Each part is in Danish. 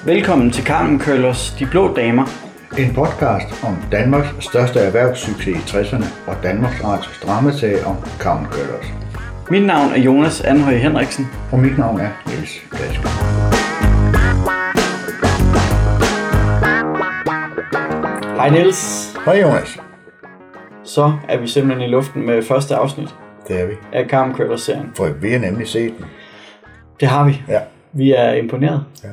Velkommen til Carmen Køllers De Blå Damer. En podcast om Danmarks største erhvervssucces i 60'erne og Danmarks Radios dramaserie om Carmen Køllers. Mit navn er Jonas Anhøj Henriksen. Og mit navn er Niels Glasgaard. Hej Niels. Hej Jonas. Så er vi simpelthen i luften med første afsnit Det er vi. af Carmen Køllers-serien. For vi har nemlig set den. Det har vi. Ja. Vi er imponeret. Ja.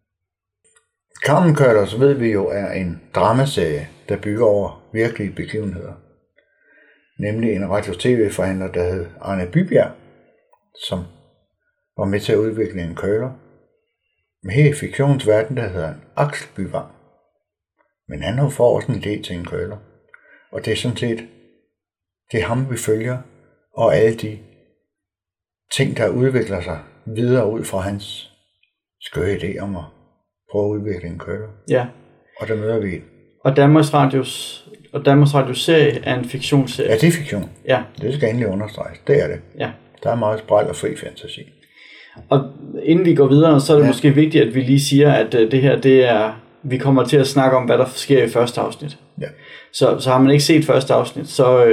Carmen Køllers ved vi jo er en dramaserie, der bygger over virkelige begivenheder. Nemlig en radio-tv-forhandler, der hed Arne Bybjerg, som var med til at udvikle en køller. Men her i fiktionens verden, der hedder han Axel Byvang. Men han har jo for en idé til en køller. Og det er sådan set, det er ham vi følger, og alle de ting, der udvikler sig videre ud fra hans skøre idé om at prøve at udvikle en køller. Ja. Og der møder vi. Og Danmarks Radios serie er en fiktionsserie. Ja, det er fiktion. Ja. Det skal endelig understreges. Det er det. Ja. Der er meget spræl og fri fantasi. Og inden vi går videre, så er det måske vigtigt, at vi lige siger, at det her, det er, vi kommer til at snakke om, hvad der sker i første afsnit. Ja. Så har man ikke set første afsnit,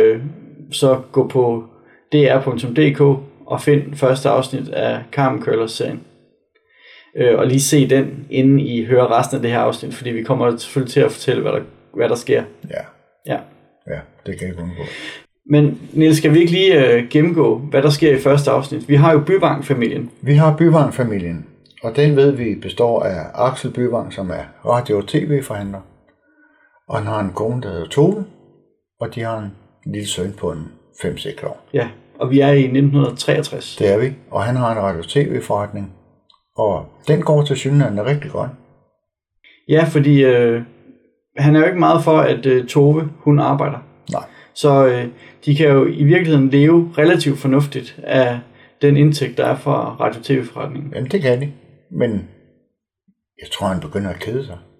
så gå på dr.dk og find første afsnit af Carmen Køllers-serien. Og lige se den, inden I hører resten af det her afsnit, fordi vi kommer selvfølgelig til at fortælle, hvad der sker. Ja, det kan jeg undgå. Men Niels, skal vi ikke lige gennemgå, hvad der sker i første afsnit? Vi har jo Byvang-familien. Vi har Byvang-familien, og den ved vi består af Axel Byvang, som er radio- og tv-forhandler. Og han har en kone, der hedder Tove, og de har en lille søn på en 5-6 år. Ja, og vi er i 1963. Det er vi, og han har en radio- og tv-forretning, og den går til synligheden rigtig godt. Ja, fordi han er jo ikke meget for, at Tove, hun arbejder. Nej. Så de kan jo i virkeligheden leve relativt fornuftigt af den indtægt, der er fra radio-tv-forretningen. Jamen, det kan de, men jeg tror, han begynder at kede sig.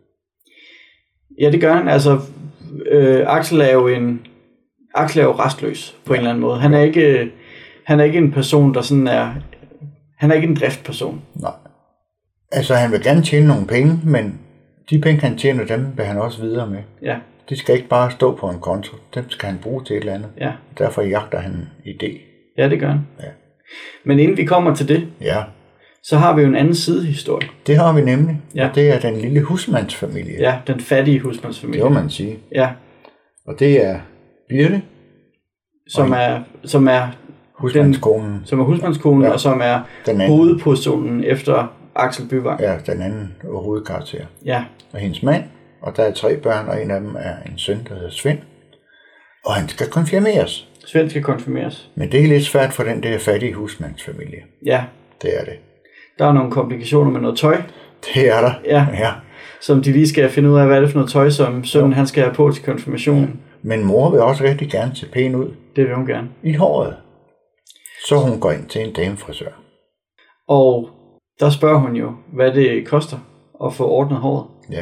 Ja, det gør han. Altså, Axel er jo restløs på en eller anden måde. Han er ikke en person, der sådan er. Han er ikke en driftperson. Nej. Altså, han vil gerne tjene nogle penge, men de penge, han tjener, dem vil han også videre med. Ja. De skal ikke bare stå på en konto. Dem skal han bruge til et eller andet. Ja. Derfor jagter han en idé. Ja, det gør han. Ja. Men inden vi kommer til det, Ja, så har vi jo en anden sidehistorie. det har vi nemlig. Ja. Og det er den lille husmandsfamilie. Ja, den fattige husmandsfamilie. Det må man sige. Ja, Og det er Birte, som er husmandskonen. som er husmandskonen, Ja. og som er Den anden. hovedpersonen efter Axel Byvang. Ja, den anden hovedkarakter. Ja. Og hendes mand, og der er 3 børn, og en af dem er en søn, der hedder Svend. Og han skal konfirmeres. Svend skal konfirmeres. Men det er lidt svært for den der fattige husmandsfamilie. Ja, Det er det. der er nogle komplikationer med noget tøj, Det er der. Ja. Ja. som de lige skal finde ud af, hvad er det for noget tøj, som sønnen han skal have på til konfirmationen. Men mor vil også rigtig gerne se pæn ud Det vil hun gerne. i håret. Så hun går ind til en damefrisør. Og der spørger hun jo, hvad det koster at få ordnet håret. Ja,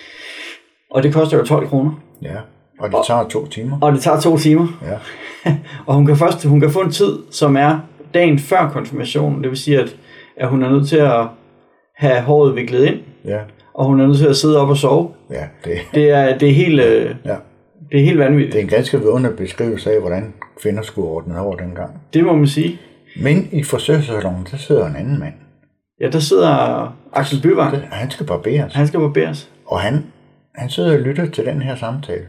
Og det koster jo 12 kroner. ja. Og det tager 2 timer. Og det tager 2 timer. Ja. Og hun kan få en tid, som er dagen før konfirmationen. Det vil sige, at hun er nødt til at have håret viklet ind. Ja, Og hun er nødt til at sidde op og sove. ja. Det er helt, Ja. det er helt vanvittigt. Det er en ganske vidunderlig beskrivelse af, hvordan kvinder skulle ordne hår dengang. Det må man sige. Men i frisørsalongen, der sidder en anden mand. Ja, der sidder Axel Byvang. Han skal barberes. Han skal barberes. Og han sidder og lytter til den her samtale.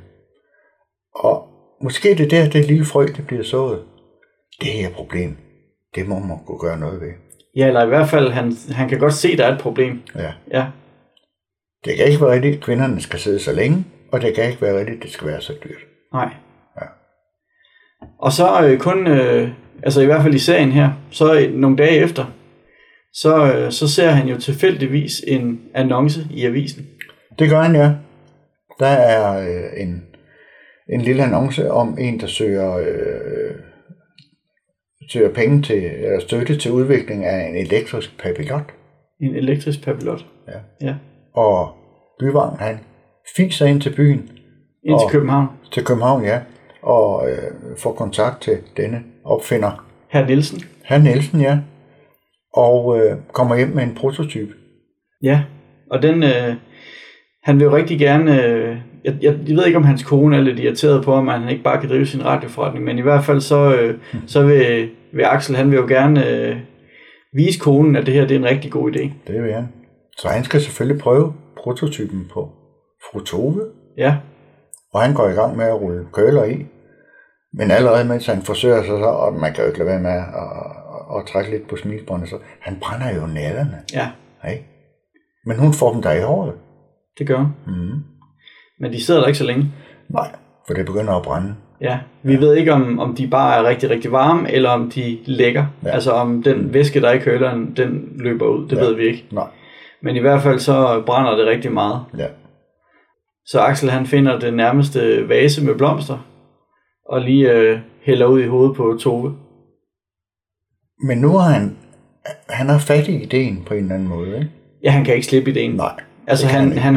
Og måske det der, det lille frø, det bliver sået. Det her problem, det må man kunne gøre noget ved. Ja, eller i hvert fald, han kan godt se, at der er et problem. Ja. Ja. Det kan ikke være rigtigt, at kvinderne skal sidde så længe, og det kan ikke være rigtigt, at det skal være så dyrt. Nej. Ja. Og så altså i hvert fald i serien her, så nogle dage efter, så ser han jo tilfældigvis en annonce i avisen. Det gør han, ja. Der er en lille annonce om en, der søger penge til, eller støtte til udvikling af en elektrisk papillot. En elektrisk papillot. Ja. Ja. Og Byvang, han fiser ind til byen. Ind til København. Til København, ja. Og får kontakt til denne opfinder. Herr Nielsen, ja. Og kommer hjem med en prototype. Ja. Og den, han vil jo rigtig gerne, jeg ved ikke om hans kone er lidt irriteret på, om han ikke bare kan drive sin radioforretning, men i hvert fald så vil Axel, han vil jo gerne vise konen, at det her det er en rigtig god idé. Det vil han. Så han skal selvfølgelig prøve prototypen på fru Tove. Ja. Og han går i gang med at rulle køler i. Men allerede mens han forsøger sig så, og man kan jo ikke lade være med at trække lidt på smilsbåndet, så han brænder jo nallerne. Ja. Ikke? Men hun får dem der i håret. Det gør hun. Mm. Men de sidder der ikke så længe. Nej, for det begynder at brænde. Ja, vi ved ikke om de bare er rigtig, rigtig varme, eller om de lækker. Ja. Altså om den væske, der er i køleren, den løber ud. Det ved vi ikke. Nej. Men i hvert fald så brænder det rigtig meget. Ja. Så Axel han finder det nærmeste vase med blomster, og lige hælder ud i hovedet på Tove. Men nu har han har fat i ideen på en eller anden måde, ikke? Ja, han kan ikke slippe ideen. Nej. Altså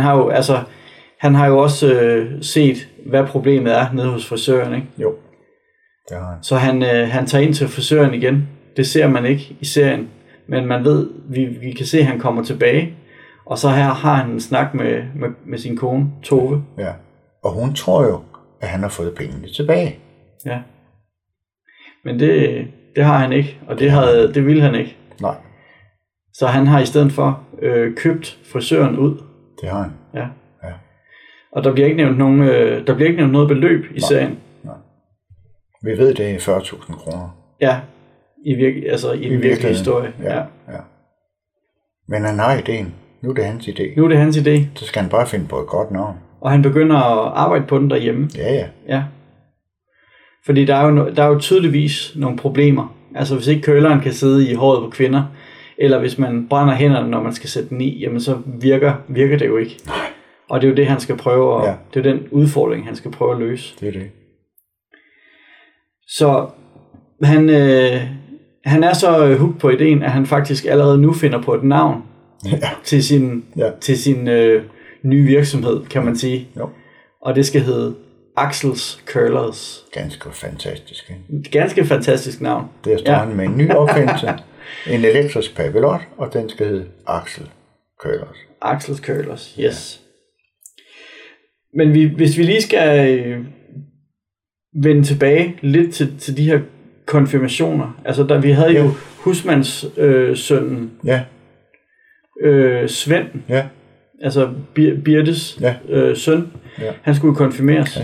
han har jo også set, hvad problemet er nede hos frisøren, ikke? Jo, det har han. Så han tager ind til frisøren igen. Det ser man ikke i serien, men man ved, vi kan se, at han kommer tilbage. Og så her har han en snak med sin kone, Tove. Ja, og hun tror jo, at han har fået pengene tilbage. Ja. Men det har han ikke, og det ville han ikke. Nej. Så han har i stedet for købt frisøren ud. Det har han. Ja. Og der bliver ikke nævnt noget beløb i serien. Nej. Vi ved, det er 40.000 kroner. Ja, i virkelig historie. Ja. Men han har ideen. Nu er det hans idé. Så skal han bare finde på et godt navn. Og han begynder at arbejde på den derhjemme. Ja. Fordi der er jo tydeligvis nogle problemer. Altså hvis ikke køleren kan sidde i håret på kvinder, eller hvis man brænder hænderne, når man skal sætte den i, jamen så virker det jo ikke. Nej. Og det er jo det, han skal prøve, og det er den udfordring, han skal prøve at løse. Det er det. Så han er så hooked på ideen, at han faktisk allerede nu finder på et navn til sin nye virksomhed, kan man sige. Jo. Og det skal hedde Axels Curlers. Ganske fantastisk. Ikke? Ganske fantastisk navn. Der står han med en ny opfindelse, en elektrisk papillot, og den skal hedde Axel Curlers. Axels Curlers, yes. Ja. Men hvis vi lige skal vende tilbage lidt til de her konfirmationer. Altså vi havde jo husmandssønnen Svend. Ja. Altså Birtes søn. Ja. Han skulle konfirmeres.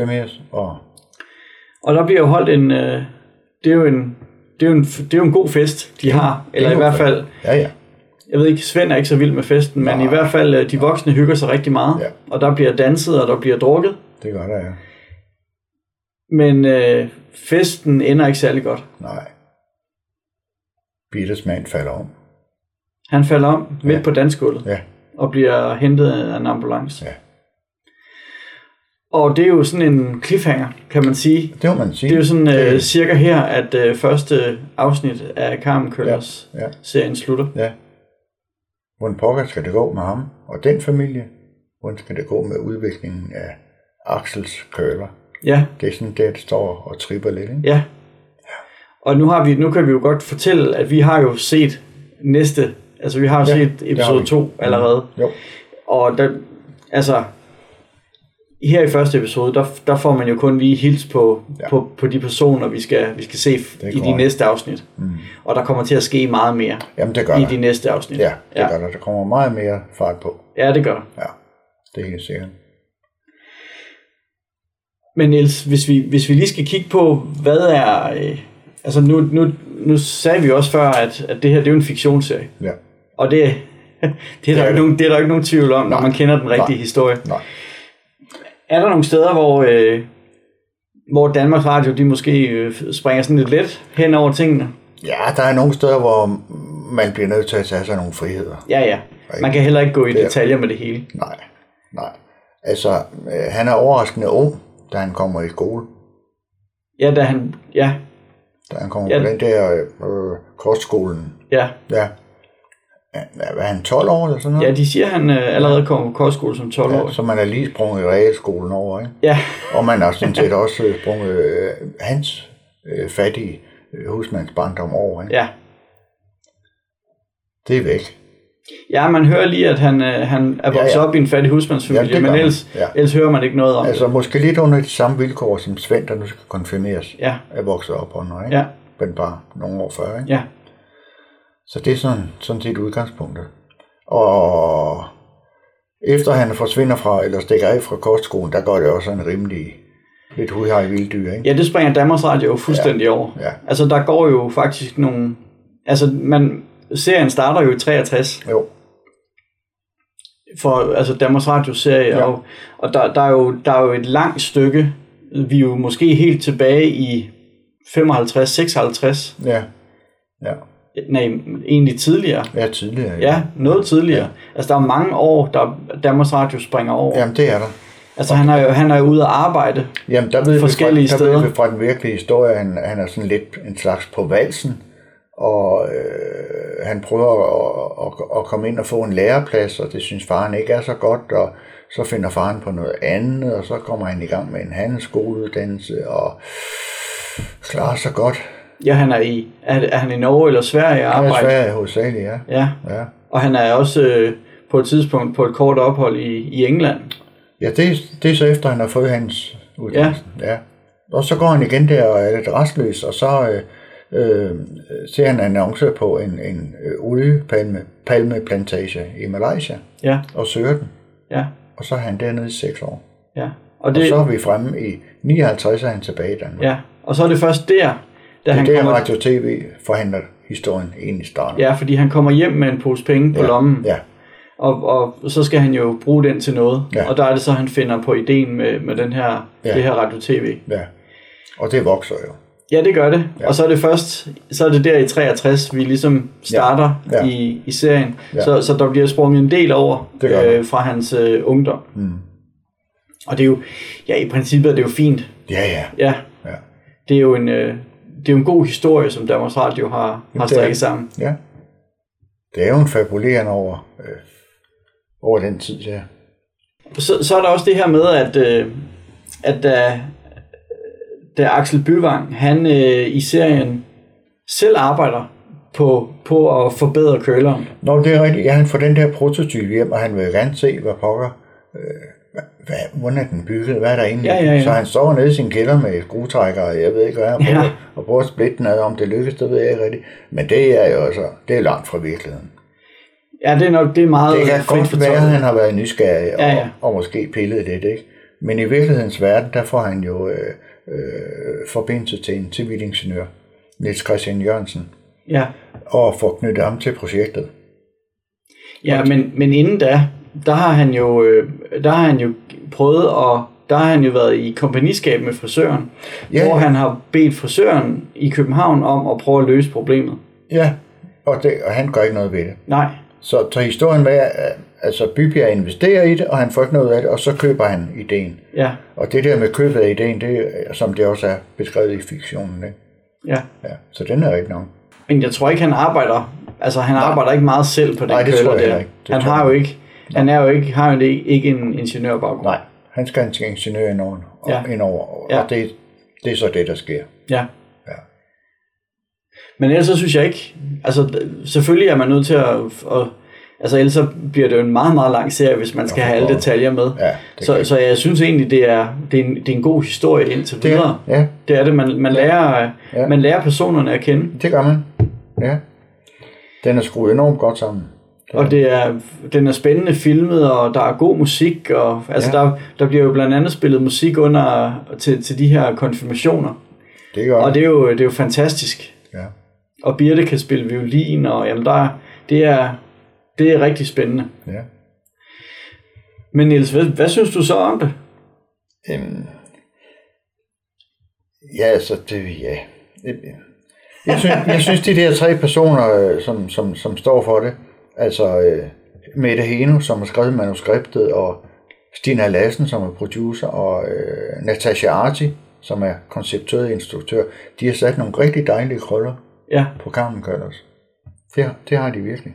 Og der bliver jo holdt en det er jo en god fest de har, eller i hvert fald. Ja. Jeg ved ikke, Svend er ikke så vild med festen, men i hvert fald de voksne hygger sig rigtig meget. Ja. Og der bliver danset, og der bliver drukket. Det gør der, ja. Men festen ender ikke særlig godt. Nej. Birtes mand falder om. Han falder om midt på dansgulvet. Ja. Og bliver hentet af en ambulance. Ja. Og det er jo sådan en cliffhanger, kan man sige. Det må man sige. Det er jo sådan cirka her, at første afsnit af Carmen Køllers serien slutter. Ja. Hvordan pokker skal det gå med ham og den familie? Hvordan skal det gå med udviklingen af Axels Curler? Ja. Det er sådan det står og tripper lidt, ikke? Ja. Og nu kan vi jo godt fortælle, at vi har jo set næste, altså vi har jo set episode 2 allerede. Jo. Og der, altså her i første episode, der får man jo kun lige hils på de personer, vi skal se i de næste afsnit. Mm. Og der kommer til at ske meget mere i de næste afsnit. Ja, det gør der. Der kommer meget mere fart på. Ja, det gør. Ja, det er helt sikkert. Men Niels, hvis vi lige skal kigge på, hvad er... altså nu sagde vi også før, at det her det er jo en fiktionsserie. Ja. Og det er der ikke nogen tvivl om, når man kender den rigtige historie. Nej. Er der nogle steder, hvor Danmarks Radio de måske springer sådan lidt let hen over tingene? Ja, der er nogle steder, hvor man bliver nødt til at tage sig nogle friheder. Ja. Man kan heller ikke gå i detaljer med det hele. Nej. Altså, han er overraskende ung, da han kommer i skole. Ja, da han kommer på den der kostskolen. Ja. Er han 12 år eller sådan noget? Ja, de siger, at han allerede kommer på kostskole som 12 år. Så man er lige sprunget realskolen over, ikke? Ja. Og man har sådan set også sprunget hans fattige husmandsbarndom over, ikke? Ja. Det er væk. Ja, man hører lige, at han er vokset op i en fattig husmandsfamilie, men ellers hører man ikke noget om altså, måske lidt under de samme vilkår, som Svend, der nu skal konfirmeres, er vokset op under, ikke? Ja. Men bare nogle år før, ikke? Ja. Så det er sådan set udgangspunktet. Og efter han forsvinder fra, eller stikker af fra kostskolen, der går det også en rimelig lidt hudhaj vilddyr, ikke? Ja, det springer Danmarks Radio jo fuldstændig over. Ja. Altså, der går jo faktisk nogle... Altså, serien starter jo i 63. Jo. For altså Danmarks Radio-serie, og der er jo et langt stykke. Vi er jo måske helt tilbage i 55, 56. Ja. Nej, egentlig tidligere. Ja, tidligere. Ja, noget tidligere. Ja. Altså, der er mange år, der Danmarks Radio springer over. Jamen, det er der. Altså, han er jo ude at arbejde. Jamen, der ved forskellige steder. Der ved vi fra den virkelige historie, han er sådan lidt en slags på valsen, og han prøver at komme ind og få en læreplads, og det synes faren ikke er så godt, og så finder faren på noget andet, og så kommer han i gang med en handelsskoleuddannelse, og klarer sig godt. Ja, er han i Norge eller Sverige arbejde? Han er i Sverige hovedsageligt, ja. Og han er også på et tidspunkt på et kort ophold i England. Ja, det er så efter, han har fået hans uddannelse. Ja. Og så går han igen der og er lidt restløs, og så ser han en annonce på en oliepalmeplantage i Malaysia, og søger den. Ja. Og så er han dernede i 6 år. Ja. Og så er vi fremme i 59, er han tilbage i Danmark. Ja, og så er det først der han kommer... Radio TV forhandler historien egentlig starten. Ja, fordi han kommer hjem med en pose penge på lommen. Ja. Og så skal han jo bruge den til noget. Ja. Og der er det så, han finder på ideen med det her Radio TV. Ja, og det vokser jo. Ja, det gør det. Ja. Og så er det der i 63, vi ligesom starter i serien. Ja. Så der bliver sprunget en del over fra hans ungdom. Mm. Og det er jo, i princippet er det jo fint. Ja. Det er jo en god historie, som Danmarks Radio har strikket sammen. Ja. Det er jo en fabulerende over den tid, ja. Så er der også det her med, at da Axel Byvang, han i serien selv arbejder på at forbedre køleren. Nå, det er rigtigt. Ja, han får den der prototype hjem, og han vil gerne se, hvad pokker, hvordan er den bygget, hvad er der egentlig? Ja. Så han står nede i sin kælder med skruetrækker, og jeg ved ikke, hvad han prøver, og prøver at splitte den ad, om det lykkes, det ved jeg ikke rigtigt. Men det er jo altså, det er langt fra virkeligheden. Ja, det er meget... Det kan godt være, at han har været nysgerrig og måske pillet lidt, ikke? Men i virkelighedens verden, der får han jo forbindelse til en civilingeniør, Niels Christian Jørgensen, og får knyttet ham til projektet. Ja, men inden der har han jo prøvet der har han jo været i kompagniskab med frisøren, hvor han har bedt frisøren i København om at prøve at løse problemet. Ja, og han gør ikke noget ved det. Nej. Så historien med, altså Bybjerg investerer i det, og han får ikke noget af det, og så køber han ideen. Ja. Og det der med købet af ideen, det er, som det også er beskrevet i fiktionen, ikke? Ja. Så den er ikke nok. Men jeg tror ikke, han arbejder, arbejder ikke meget selv på den køler der. Han har jo ikke, har jo ikke en ingeniørbaggrund. Nej, han skal en ingeniør indover, og det er så det, der sker. Ja. Men ellers så synes jeg ikke, selvfølgelig er man nødt til at ellers så bliver det jo en meget, meget lang serie, hvis man skal have alle detaljer med. Ja, så jeg synes egentlig, det er en god historie indtil videre. Ja. Det er det, man lærer personerne at kende. Det gør man, ja. Den er skruet enormt godt sammen. Og den er spændende filmet, og der er god musik, og der bliver jo blandt andet spillet musik til de her konfirmationer. Det gør og det er jo fantastisk. Ja. Og Birte kan spille violin, og det er rigtig spændende. Ja. Men Niels, hvad synes du så om det? Jeg synes de der 3 personer, som står for det, Mette Heno, som har skrevet manuskriptet, og Stina Lassen, som er producer, og Natasha Arti, som er konceptuel instruktør, de har sat nogle rigtig dejlige krøller på Carmen Curlers. Det har de virkelig.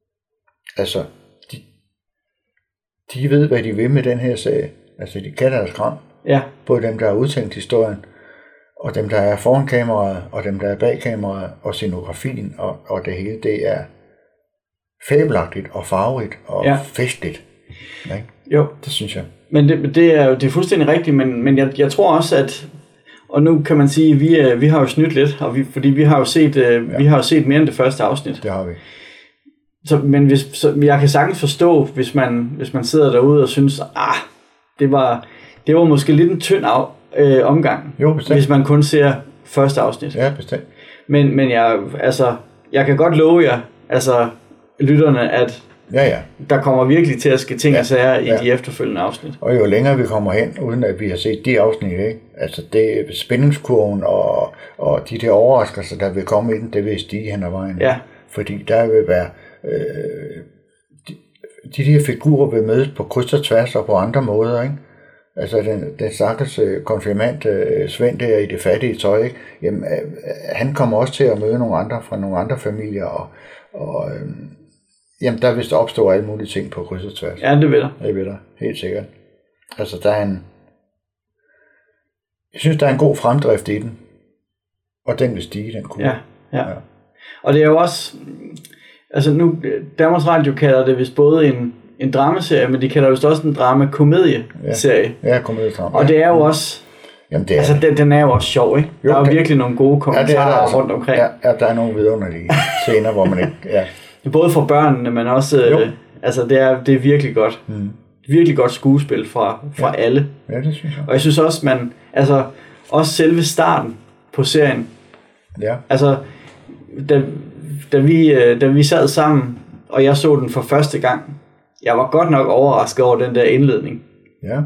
De ved, hvad de vil med den her serie. De kan deres kram. Ja. Både dem, der har udtænkt historien, og dem, der er foran kameraet, og dem, der er bag kameraet, og scenografien, og det hele, det er fabelagtigt og farverigt og festligt. Ikke? Jo. Det synes jeg. Men det er fuldstændig rigtigt, men jeg tror også, at, og nu kan man sige, vi har jo snydt lidt, og fordi vi har jo set mere end det første afsnit. Det har vi. Men jeg kan sagtens forstå, hvis man sidder derude og synes, det var måske lidt en tynd omgang, hvis man kun ser første afsnit. Ja, bestemt. Men jeg kan godt love jer, lytterne, at der kommer virkelig til at ske ting og sager i de efterfølgende afsnit. Og jo længere vi kommer hen, uden at vi har set de afsnit, ikke? Altså det spændingskurven og de der overraskelser, der vil komme ind, det vil stige hen ad vejen. Ja. Fordi der vil være de her figurer vil mødes på kryds og tværs og på andre måder, ikke? Altså den stakkels konfirmand Svend der i det fattige tøj, ikke? Jamen, han kommer også til at møde nogle andre fra nogle andre familier, og jamen, der vil opstå alle mulige ting på kryds og tværs. Ja, det vil der. Det vil der, helt sikkert. Altså, jeg synes, der er en god fremdrift i den, og den vil stige, den kunne. Ja. Og det er jo også, nu, Danmarks Radio kalder det vist både en dramaserie, men de kalder vist også en drama-komedieserie. Ja, komediedrama. Og det er jo også, jamen, det er den er jo også sjov, ikke? Der er jo virkelig nogle gode kommentarer rundt omkring. Ja, der er nogle vidunderlige scener, hvor man ikke... Ja. Både for børnene, men også... det er virkelig godt. Virkelig godt skuespil fra alle. Ja, det synes jeg. Og jeg synes også, også selve starten på serien. Ja. Altså, da vi sad sammen, og jeg så den for første gang, jeg var godt nok overrasket over den der indledning. Ja.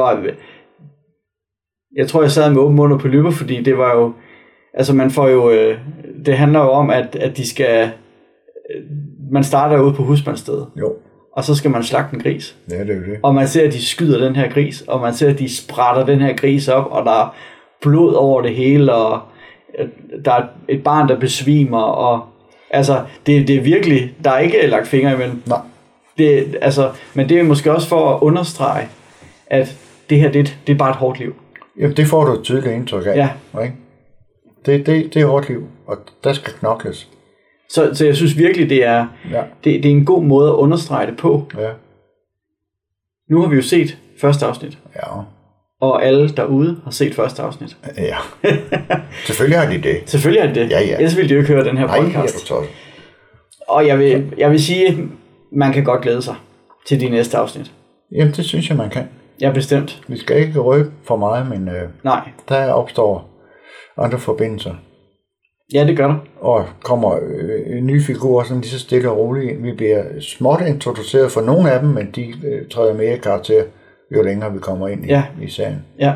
Jeg tror, jeg sad med åben mund og på lypper, fordi det var jo... Altså, man får jo... det handler jo om, at de skal... Man starter ude på husmandsstedet. Jo. Og så skal man slagte en gris. Ja, det er jo det. Og man ser, at de skyder den her gris, og man ser, at de sprætter den her gris op, og der er blod over det hele, og der er et barn, der besvimer, og det er virkelig, der er ikke lagt fingre imellem. Nej. Men det er måske også for at understrege, at det her, det er bare et hårdt liv. Jamen, det får du et tydeligt indtryk af. Ja. Ikke? Det er hårdt liv, og der skal knokles. Så jeg synes virkelig, det er en god måde at understrege det på. Ja. Nu har vi jo set første afsnit. Ja. Og alle derude har set første afsnit. Ja. Selvfølgelig har de det. Selvfølgelig har de det. Ja. Ellers ville de jo ikke høre den her podcast. Nej, og jeg vil sige, man kan godt glæde sig til de næste afsnit. Jamen, det synes jeg, man kan. Ja, bestemt. Vi skal ikke røbe for meget, men der opstår andre forbindelser. Ja, det gør der. Og kommer nye figurer sådan lige så stille og roligt ind. Vi bliver småt introduceret for nogle af dem, men de træder mere karakter, jo længere vi kommer ind i serien. Ja.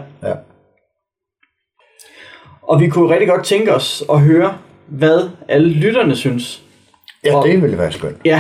Og vi kunne rigtig godt tænke os at høre, hvad alle lytterne synes. Ja, det ville være skønt. Ja.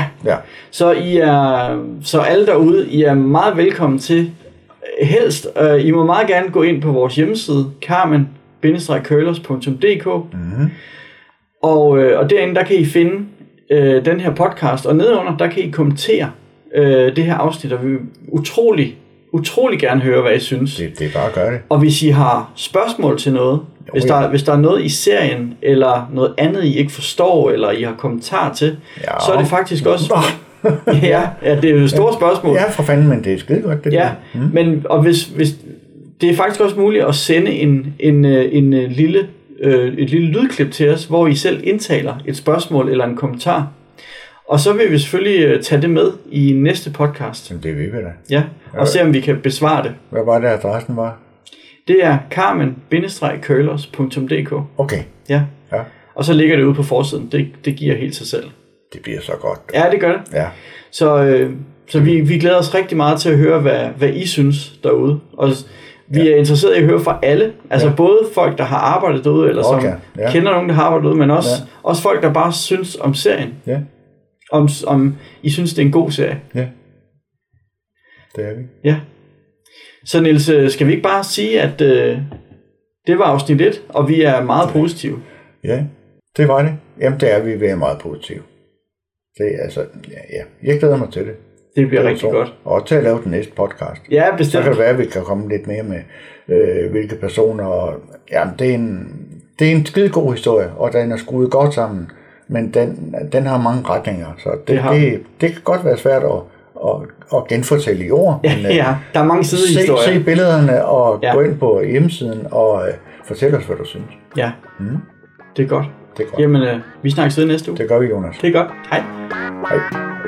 Så alle derude, I er meget velkommen til helst. I må meget gerne gå ind på vores hjemmeside, carmen-curlers.dk. Mm-hmm. Og derinde, der kan I finde den her podcast, og nedenunder, der kan I kommentere det her afsnit, og vi vil utrolig gerne høre, hvad I synes. Det er bare at gøre det. Og hvis I har spørgsmål til noget, hvis der er noget i serien, eller noget andet, I ikke forstår, eller I har kommentar til, så er det faktisk også... ja, det er jo et stort spørgsmål. Ja, for fanden, men det er skide godt. Det men hvis det er faktisk også muligt at sende et lille lydklip til os, hvor I selv indtaler et spørgsmål eller en kommentar. Og så vil vi selvfølgelig tage det med i næste podcast. Jamen, det vil vi da. Ja, og se om vi kan besvare det. Hvad var det, adressen var? Det er carmen-curlers.dk. Okay. Ja. Og så ligger det ude på forsiden. Det giver helt sig selv. Det bliver så godt. Ja, det gør det. Ja. Så vi glæder os rigtig meget til at høre, hvad I synes derude. Og vi er interesseret i at høre fra alle. Altså både folk, der har arbejdet derude, eller som kender nogen, der har arbejdet derude, men også folk, der bare synes om serien. Ja. Om I synes, det er en god serie. Ja. Det er vi. Ja. Så Niels, skal vi ikke bare sige, at det var afsnit 1, og vi er meget positive? Ja, det var det. Jamen, det er vi ved meget positive. Det er altså, jeg glæder mig til det. Det bliver rigtig godt. Og til at lave den næste podcast. Ja, bestemt. Så kan det være, at vi kan komme lidt mere med, hvilke personer. Og, jamen, det er en skide god historie, og den er skruet godt sammen. men den har mange retninger, så det kan godt være svært at genfortælle i ord. Ja, men, ja, der er mange sidehistorier. Se billederne og gå ind på hjemmesiden og fortæl os, hvad du synes. Ja, det er godt. Det er godt. Jamen, vi snakkes ved næste uge. Det gør vi, Jonas. Det er godt. Hej. Hej.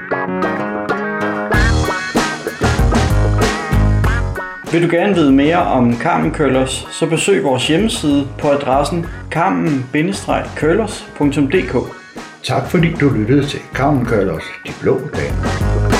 Vil du gerne vide mere om Carmen Curlers, så besøg vores hjemmeside på adressen carmen-curlers.dk. Tak fordi du lyttede til Carmen Curlers, de blå damer.